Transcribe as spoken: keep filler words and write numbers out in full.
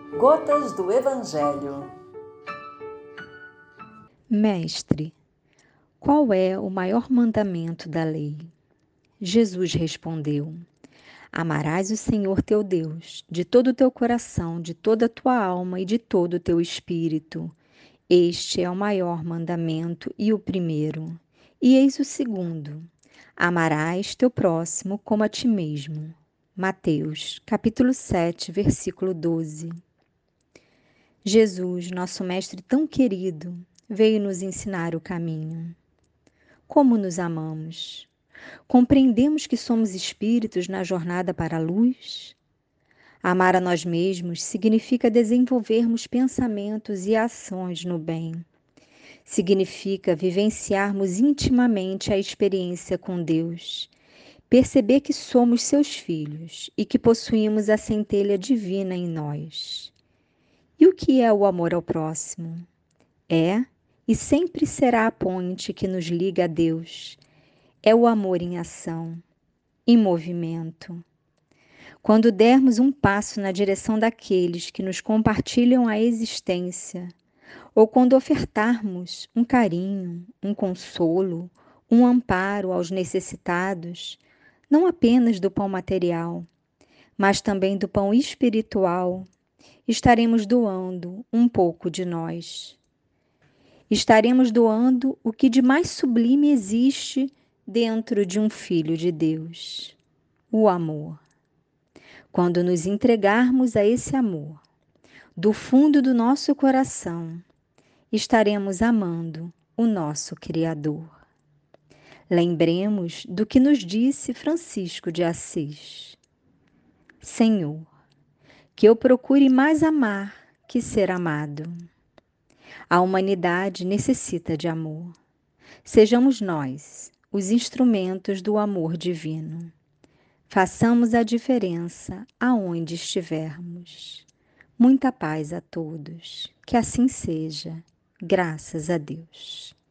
Gotas do Evangelho. Mestre, qual é o maior mandamento da lei? Jesus respondeu: Amarás o Senhor teu Deus de todo o teu coração, de toda a tua alma e de todo o teu espírito. Este é o maior mandamento e o primeiro. E eis o segundo: amarás teu próximo como a ti mesmo. Mateus, capítulo sete, versículo doze. Jesus, nosso mestre tão querido, veio nos ensinar o caminho. Como nos amamos? Compreendemos que somos espíritos na jornada para a luz? Amar a nós mesmos significa desenvolvermos pensamentos e ações no bem. Significa vivenciarmos intimamente a experiência com Deus, perceber que somos seus filhos e que possuímos a centelha divina em nós. E o que é o amor ao próximo? É e sempre será a ponte que nos liga a Deus. É o amor em ação, em movimento. Quando dermos um passo na direção daqueles que nos compartilham a existência, ou quando ofertarmos um carinho, um consolo, um amparo aos necessitados, não apenas do pão material, mas também do pão espiritual, estaremos doando um pouco de nós. Estaremos doando o que de mais sublime existe dentro de um filho de Deus: o amor. Quando nos entregarmos a esse amor, do fundo do nosso coração, estaremos amando o nosso Criador. Lembremos do que nos disse Francisco de Assis: Senhor, que eu procure mais amar que ser amado. A humanidade necessita de amor. Sejamos nós os instrumentos do amor divino. Façamos a diferença aonde estivermos. Muita paz a todos. Que assim seja. Graças a Deus.